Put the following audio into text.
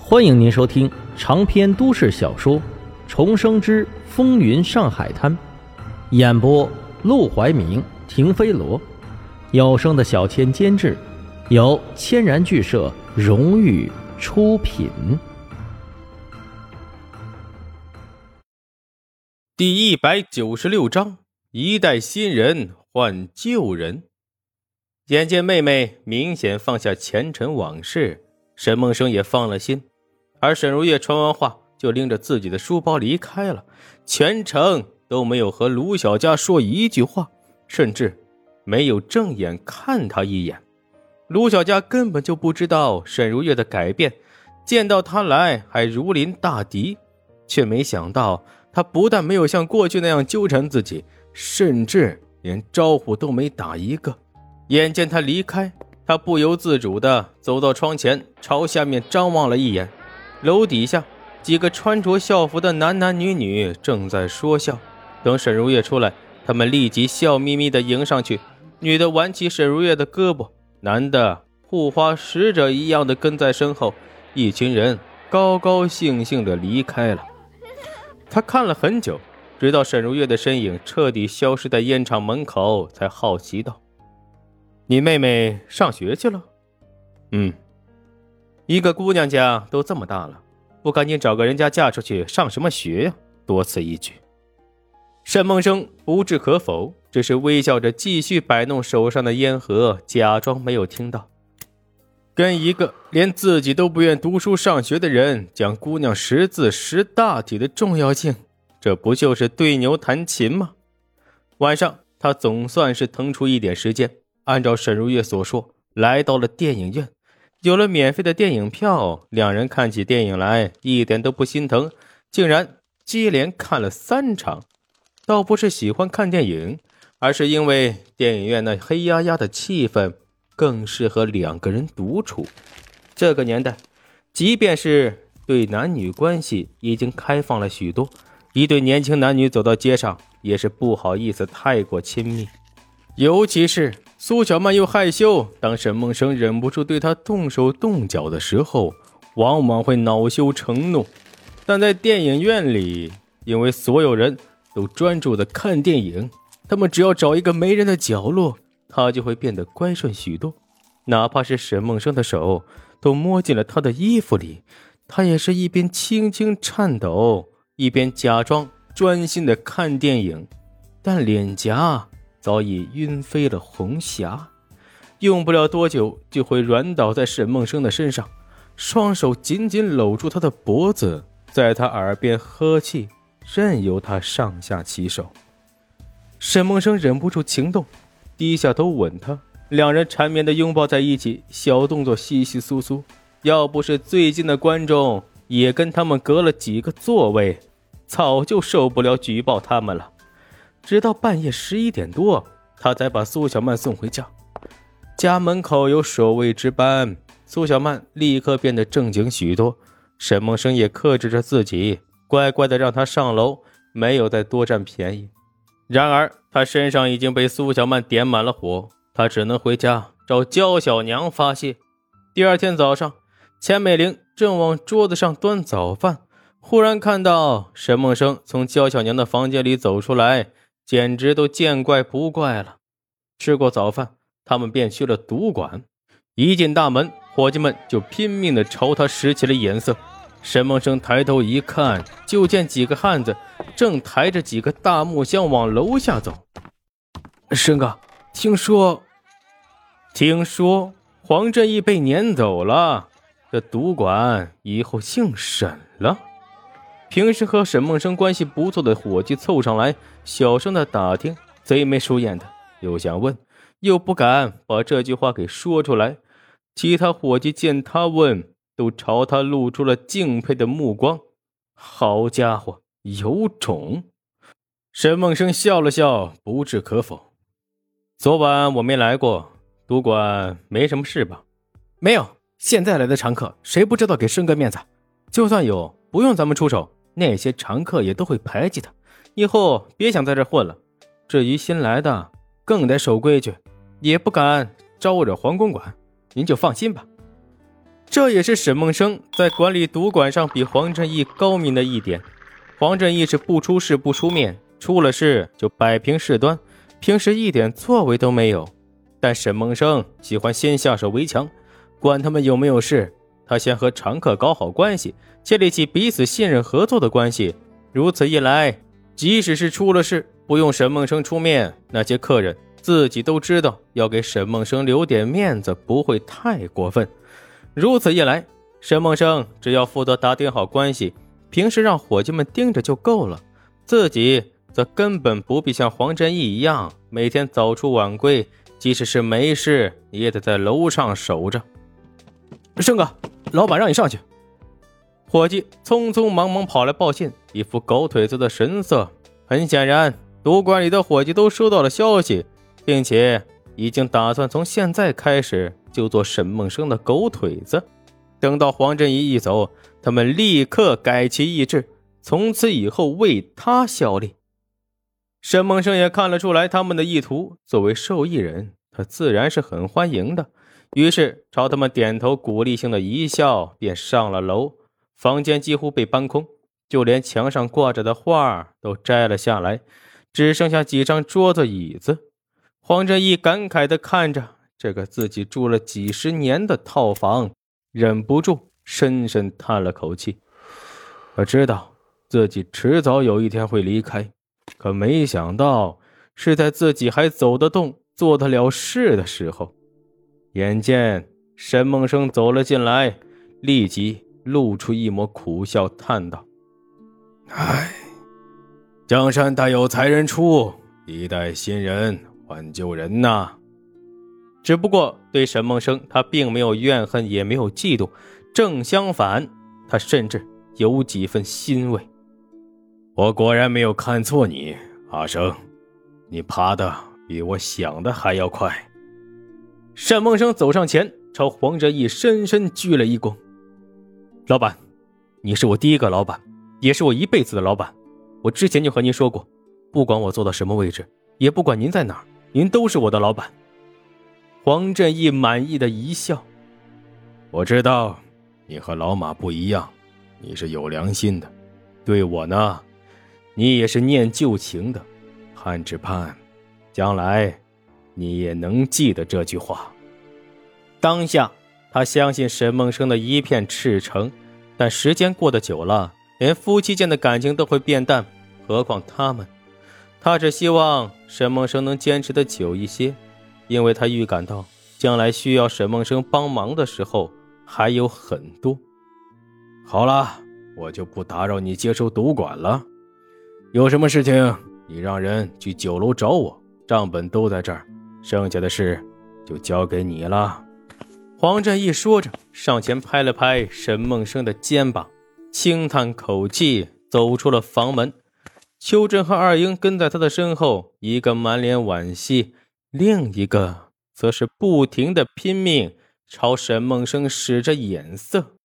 欢迎您收听长篇都市小说《重生之风云上海滩》，演播陆怀明、停飞罗，有声的小千监制，由千然剧社荣誉出品。 第196章，一代新人换旧人。眼见妹妹明显放下前尘往事，沈梦生也放了心。而沈如月传完话就拎着自己的书包离开了，全程都没有和卢小佳说一句话，甚至没有正眼看他一眼。卢小佳根本就不知道沈如月的改变，见到他来还如临大敌，却没想到他不但没有像过去那样纠缠自己，甚至连招呼都没打一个。眼见他离开，他不由自主地走到窗前，朝下面张望了一眼。楼底下几个穿着校服的男男女女正在说笑，等沈如月出来，他们立即笑眯眯地迎上去，女的挽起沈如月的胳膊，男的护花使者一样的跟在身后，一群人高高兴兴地离开了。他看了很久，直到沈如月的身影彻底消失在烟厂门口，才好奇道：你妹妹上学去了？一个姑娘家都这么大了，不赶紧找个人家嫁出去上什么学呀？多此一举。沈梦生不置可否，只是微笑着继续摆弄手上的烟盒，假装没有听到。跟一个连自己都不愿读书上学的人讲姑娘识字识大体的重要性，这不就是对牛弹琴吗？晚上他总算是腾出一点时间，按照沈如月所说来到了电影院。有了免费的电影票，两人看起电影来一点都不心疼，竟然接连看了3场。倒不是喜欢看电影，而是因为电影院那黑压压的气氛更适合2个人独处。这个年代，即便是对男女关系已经开放了许多，一对年轻男女走到街上也是不好意思太过亲密。尤其是苏小曼又害羞，当沈梦生忍不住对她动手动脚的时候，往往会恼羞成怒。但在电影院里，因为所有人都专注的看电影，他们只要找一个没人的角落，她就会变得乖顺许多。哪怕是沈梦生的手都摸进了她的衣服里，她也是一边轻轻颤抖，一边假装专心的看电影，但脸颊早已晕飞了红霞，用不了多久就会软倒在沈梦生的身上，双手紧紧搂住他的脖子，在他耳边呵气，任由他上下其手。沈梦生忍不住情动，低下头吻他，两人缠绵地拥抱在一起，小动作稀稀疏疏。要不是最近的观众也跟他们隔了几个座位，早就受不了举报他们了。直到半夜11点多，他才把苏小曼送回家。家门口有守卫值班，苏小曼立刻变得正经许多。沈梦生也克制着自己，乖乖地让他上楼，没有再多占便宜。然而他身上已经被苏小曼点满了火，他只能回家找焦小娘发泄。第二天早上，钱美玲正往桌子上端早饭，忽然看到沈梦生从焦小娘的房间里走出来，简直都见怪不怪了。吃过早饭，他们便去了赌馆。一进大门，伙计们就拼命地朝他使起了眼色。沈梦生抬头一看，就见几个汉子正抬着几个大木箱往楼下走。沈哥，听说黄振义被撵走了，这赌馆以后姓沈了。平时和沈梦生关系不错的伙计凑上来，小声的打听，贼眉鼠眼的，又想问，又不敢把这句话给说出来。其他伙计见他问，都朝他露出了敬佩的目光。好家伙，有种！沈梦生笑了笑，不置可否。昨晚我没来过，赌馆没什么事吧？没有，现在来的常客，谁不知道给申哥面子？就算有，不用咱们出手，那些常客也都会排挤他，以后别想在这混了。至于新来的，更得守规矩，也不敢招惹黄公馆，您就放心吧。 这也是沈梦生在管理赌馆上比黄振义高明的一点。黄振义是不出事不出面，出了事就摆平事端，平时一点作为都没有。但沈梦生喜欢先下手为强，管他们有没有事，他先和常客搞好关系，建立起彼此信任合作的关系。如此一来，即使是出了事，不用沈梦生出面，那些客人自己都知道要给沈梦生留点面子，不会太过分。如此一来，沈梦生只要负责打点好关系，平时让伙计们盯着就够了，自己则根本不必像黄振义一样每天早出晚归，即使是没事也得在楼上守着。胜哥，老板让你上去。伙计匆匆忙忙跑来报信，一副狗腿子的神色。很显然，赌馆里的伙计都收到了消息，并且已经打算从现在开始就做沈梦生的狗腿子。等到黄振义一走，他们立刻改其意志，从此以后为他效力。沈梦生也看了出来他们的意图，作为受益人，他自然是很欢迎的，于是朝他们点头鼓励性的一笑，便上了楼。房间几乎被搬空，就连墙上挂着的画都摘了下来，只剩下几张桌子椅子。黄振义感慨地看着这个自己住了几十年的套房，忍不住深深叹了口气。他知道自己迟早有一天会离开，可没想到是在自己还走得动做得了事的时候。眼见沈梦生走了进来，立即露出一抹苦笑，叹道：唉，江山代有才人出，一代新人换旧人呐。只不过对沈梦生他并没有怨恨，也没有嫉妒，正相反，他甚至有几分欣慰。我果然没有看错你，阿生，你爬得比我想的还要快。沈梦生走上前，朝黄振义深深鞠了一躬。老板，你是我第一个老板，也是我一辈子的老板。我之前就和您说过，不管我做到什么位置，也不管您在哪儿，您都是我的老板。黄振义满意的一笑。我知道你和老马不一样，你是有良心的，对我呢，你也是念旧情的，只盼将来你也能记得这句话。当下他相信沈梦生的一片赤诚，但时间过得久了，连夫妻间的感情都会变淡，何况他们。他只希望沈梦生能坚持得久一些，因为他预感到将来需要沈梦生帮忙的时候还有很多。好了，我就不打扰你接手赌馆了，有什么事情你让人去酒楼找我，账本都在这儿，剩下的事就交给你了。黄振义说着，上前拍了拍沈梦生的肩膀，轻叹口气，走出了房门。邱震和二英跟在他的身后，一个满脸惋惜，另一个则是不停地拼命朝沈梦生使着眼色。